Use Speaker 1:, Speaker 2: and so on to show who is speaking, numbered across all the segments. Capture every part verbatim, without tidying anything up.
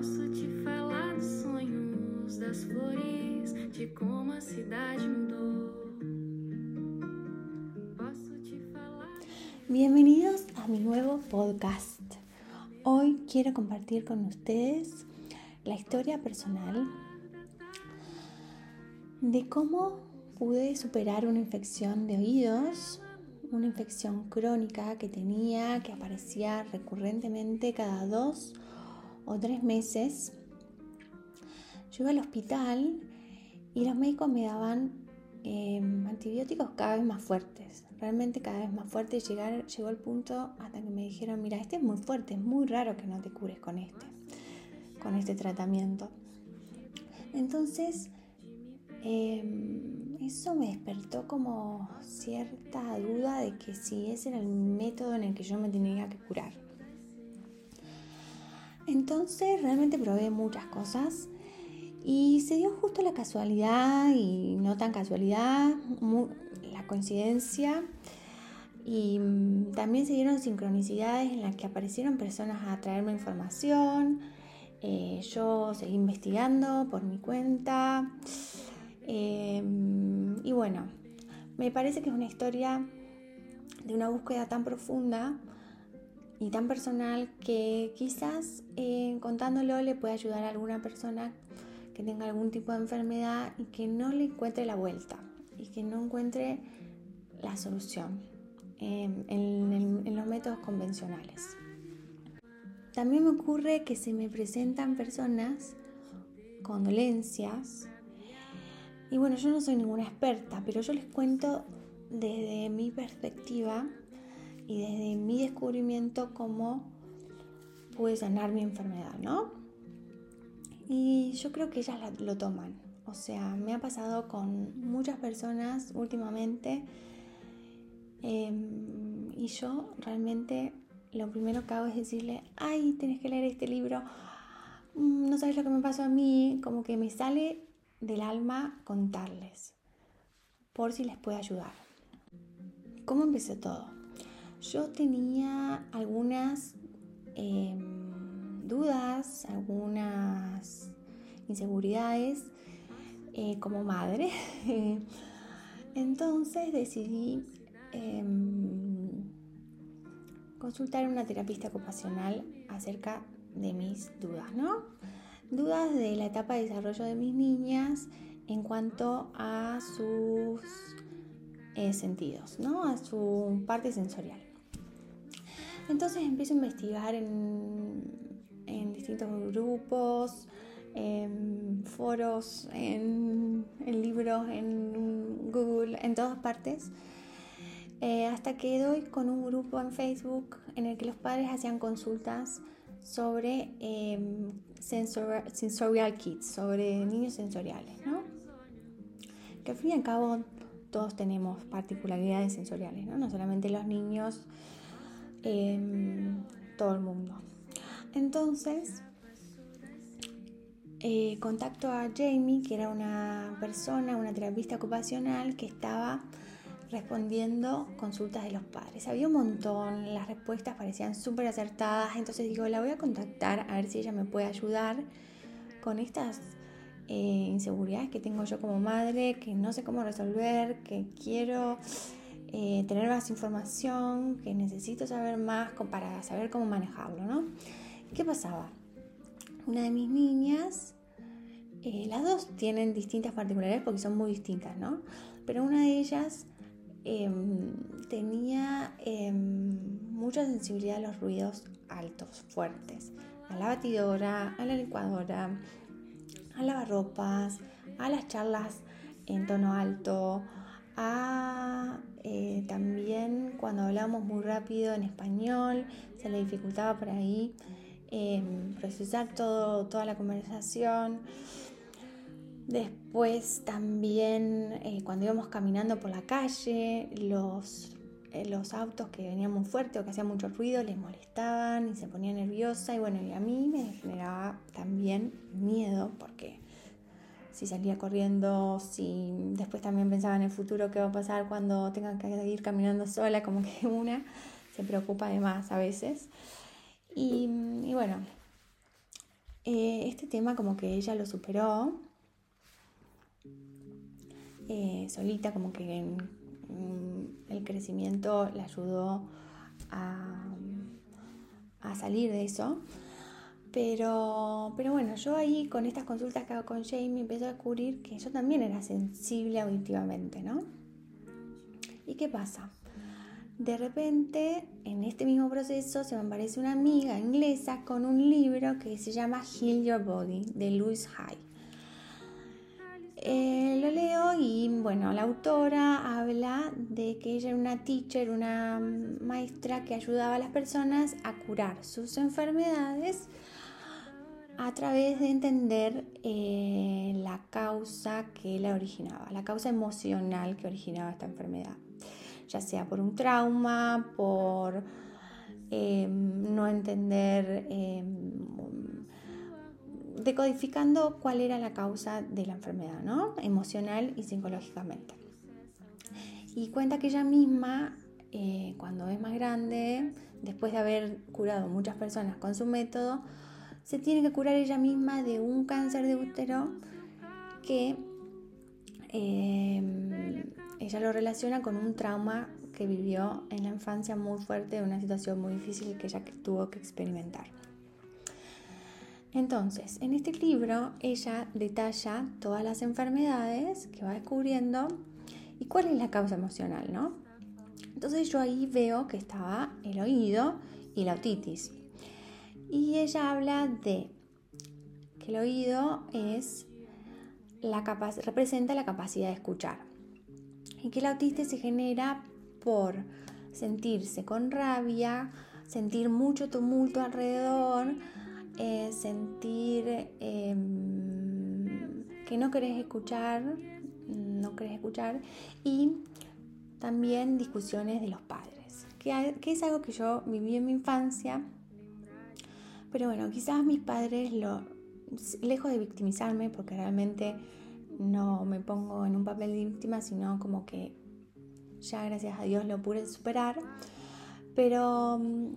Speaker 1: Posso te falar dos sonhos, das flores, de como a cidade mudou. Posso te falar...
Speaker 2: Bienvenidos a mi nuevo podcast. Hoy quiero compartir con ustedes la historia personal de cómo pude superar una infección de oídos, una infección crónica que tenía, que aparecía recurrentemente cada dos o tres meses. Yo iba al hospital y los médicos me daban eh, antibióticos cada vez más fuertes, realmente cada vez más fuertes. Llegar, llegó el punto hasta que me dijeron, mira, este es muy fuerte, es muy raro que no te cures con este, con este tratamiento. Entonces, eh, eso me despertó como cierta duda de que si ese era el método en el que yo me tenía que curar. Entonces realmente probé muchas cosas y se dio justo la casualidad y no tan casualidad, muy, la coincidencia, y también se dieron sincronicidades en las que aparecieron personas a traerme información. Eh, yo seguí investigando por mi cuenta eh, y bueno, me parece que es una historia de una búsqueda tan profunda y tan personal que quizás eh, contándolo le puede ayudar a alguna persona que tenga algún tipo de enfermedad y que no le encuentre la vuelta y que no encuentre la solución eh, en, en, en los métodos convencionales. También me ocurre que se me presentan personas con dolencias y bueno, yo no soy ninguna experta, pero yo les cuento desde mi perspectiva y desde mi descubrimiento cómo pude sanar mi enfermedad, ¿no? Y yo creo que ellas lo toman. O sea, me ha pasado con muchas personas últimamente eh, y yo realmente lo primero que hago es decirle, ay, tenés que leer este libro, no sabes lo que me pasó a mí, como que me sale del alma contarles, por si les puede ayudar. ¿Cómo empezó todo? Yo tenía algunas eh, dudas, algunas inseguridades eh, como madre. Entonces decidí eh, consultar a una terapista ocupacional acerca de mis dudas, ¿no? Dudas de la etapa de desarrollo de mis niñas en cuanto a sus eh, sentidos, ¿no? A su parte sensorial. Entonces empiezo a investigar en, en distintos grupos, en foros, en, en libros, en Google, en todas partes, eh, hasta que doy con un grupo en Facebook en el que los padres hacían consultas sobre eh, sensor, sensorial kids, sobre niños sensoriales, ¿no? Que al fin y al cabo todos tenemos particularidades sensoriales, ¿no? No solamente los niños, eh, todo el mundo. Entonces eh, contacto a Jamie, que era una persona, una terapista ocupacional que estaba respondiendo consultas de los padres. Había un montón, las respuestas parecían súper acertadas, entonces digo, la voy a contactar a ver si ella me puede ayudar con estas eh, inseguridades que tengo yo como madre, que no sé cómo resolver, que quiero eh, tener más información, que necesito saber más para saber cómo manejarlo, ¿no? ¿Qué pasaba? Una de mis niñas, eh, las dos tienen distintas particularidades porque son muy distintas, ¿no? Pero una de ellas eh, tenía eh, mucha sensibilidad a los ruidos altos, fuertes, a la batidora, a la licuadora, a lavarropas, a las charlas en tono alto, a eh, también cuando hablábamos muy rápido en español, se le dificultaba por ahí eh, procesar todo, toda la conversación. Después también eh, cuando íbamos caminando por la calle, los, eh, los autos que venían muy fuerte o que hacían mucho ruido les molestaban y se ponía nerviosa, y bueno, y a mí me generaba también miedo porque si salía corriendo, si después también pensaba en el futuro, qué va a pasar cuando tenga que ir caminando sola, como que una se preocupa de más a veces. Y, y bueno, eh, este tema como que ella lo superó eh, solita, como que en, en el crecimiento le ayudó a, a salir de eso. Pero, pero bueno, yo ahí con estas consultas que hago con Jamie empiezo a descubrir que yo también era sensible auditivamente, ¿no? ¿Y qué pasa? De repente, en este mismo proceso, se me aparece una amiga inglesa con un libro que se llama Heal Your Body, de Louise Hay. Eh, lo leo y, bueno, la autora habla de que ella era una teacher, una maestra que ayudaba a las personas a curar sus enfermedades a través de entender eh, la causa que la originaba, la causa emocional que originaba esta enfermedad. Ya sea por un trauma, por eh, no entender, eh, decodificando cuál era la causa de la enfermedad, ¿no? Emocional y psicológicamente. Y cuenta que ella misma, eh, cuando es más grande, después de haber curado muchas personas con su método, se tiene que curar ella misma de un cáncer de útero que eh, ella lo relaciona con un trauma que vivió en la infancia muy fuerte, una situación muy difícil que ella tuvo que experimentar. Entonces, en este libro ella detalla todas las enfermedades que va descubriendo y cuál es la causa emocional, ¿no? Entonces yo ahí veo que estaba el oído y la otitis. Y ella habla de que el oído es la capac- representa la capacidad de escuchar y que la otitis se genera por sentirse con rabia, sentir mucho tumulto alrededor, eh, sentir eh, que no querés escuchar, no querés escuchar y también discusiones de los padres, que, que es algo que yo viví en mi infancia. Pero bueno, quizás mis padres, lo, lejos de victimizarme, porque realmente no me pongo en un papel de víctima, sino como que ya gracias a Dios lo pude superar, pero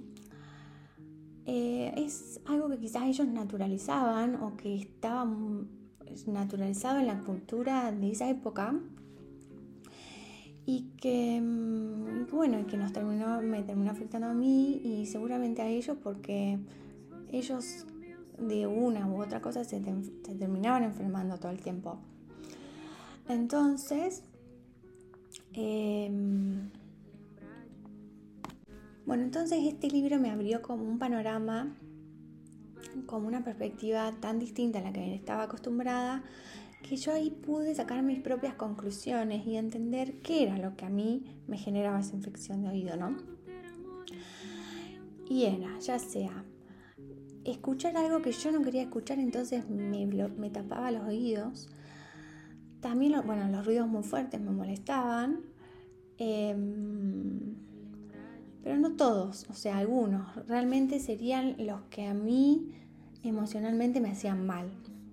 Speaker 2: eh, es algo que quizás ellos naturalizaban o que estaba naturalizado en la cultura de esa época y que, bueno, que nos terminó, me terminó afectando a mí y seguramente a ellos porque ellos de una u otra cosa se, te, se terminaban enfermando todo el tiempo. Entonces, eh, bueno, entonces este libro me abrió como un panorama, como una perspectiva tan distinta a la que estaba acostumbrada, que yo ahí pude sacar mis propias conclusiones y entender qué era lo que a mí me generaba esa infección de oído, ¿no? Y era, ya sea escuchar algo que yo no quería escuchar, entonces me, me tapaba los oídos. También, lo, bueno, los ruidos muy fuertes me molestaban, eh, pero no todos, o sea, algunos. Realmente serían los que a mí emocionalmente me hacían mal.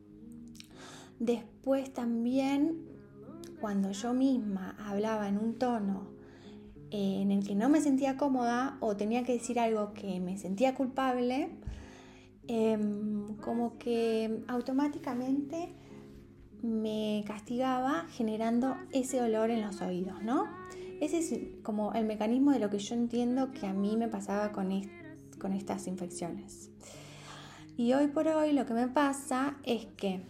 Speaker 2: Después también, cuando yo misma hablaba en un tono eh, en el que no me sentía cómoda o tenía que decir algo que me sentía culpable, eh, como que automáticamente me castigaba generando ese dolor en los oídos, ¿no? Ese es como el mecanismo de lo que yo entiendo que a mí me pasaba con, est- con estas infecciones. Y hoy por hoy lo que me pasa es que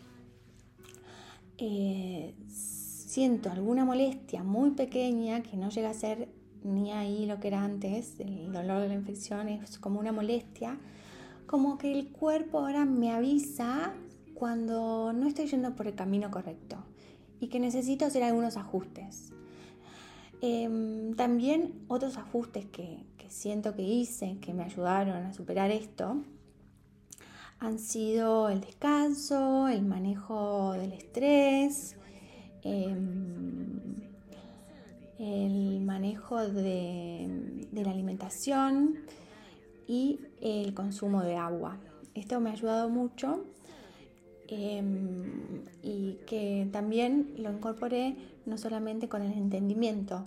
Speaker 2: eh, siento alguna molestia muy pequeña que no llega a ser ni ahí lo que era antes, el dolor de la infección es como una molestia, como que el cuerpo ahora me avisa cuando no estoy yendo por el camino correcto y que necesito hacer algunos ajustes. Eh, también otros ajustes que, que siento que hice, que me ayudaron a superar esto, han sido el descanso, el manejo del estrés, eh, el manejo de, de la alimentación y el consumo de agua. Esto me ha ayudado mucho eh, y que también lo incorporé no solamente con el entendimiento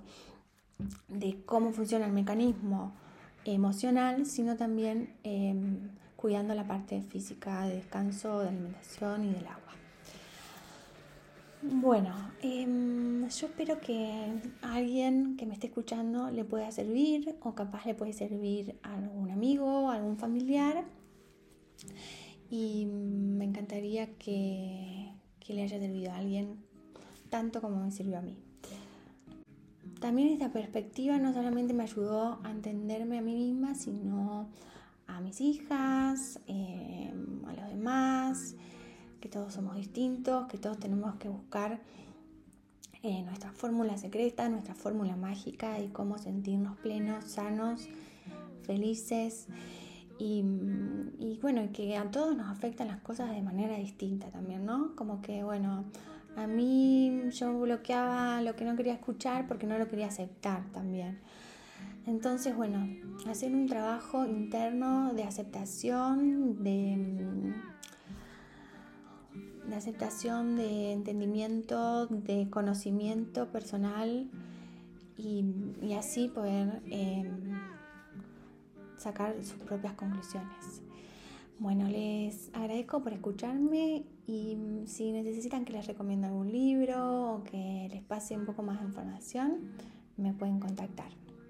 Speaker 2: de cómo funciona el mecanismo emocional, sino también eh, cuidando la parte física de descanso, de alimentación y del agua. Bueno, eh, yo espero que a alguien que me esté escuchando le pueda servir, o capaz le puede servir a algún amigo, a algún familiar, y me encantaría que, que le haya servido a alguien tanto como me sirvió a mí. También esta perspectiva no solamente me ayudó a entenderme a mí misma, sino a mis hijas, eh, a los demás, que todos somos distintos, que todos tenemos que buscar eh, nuestra fórmula secreta, nuestra fórmula mágica y cómo sentirnos plenos, sanos, felices y, y bueno, que a todos nos afectan las cosas de manera distinta también, ¿no? Como que bueno, a mí yo bloqueaba lo que no quería escuchar porque no lo quería aceptar también. Entonces, bueno, hacer un trabajo interno de aceptación, de, de aceptación, de entendimiento, de conocimiento personal y, y así poder eh, sacar sus propias conclusiones. Bueno, les agradezco por escucharme y si necesitan que les recomiende algún libro o que les pase un poco más de información, me pueden contactar.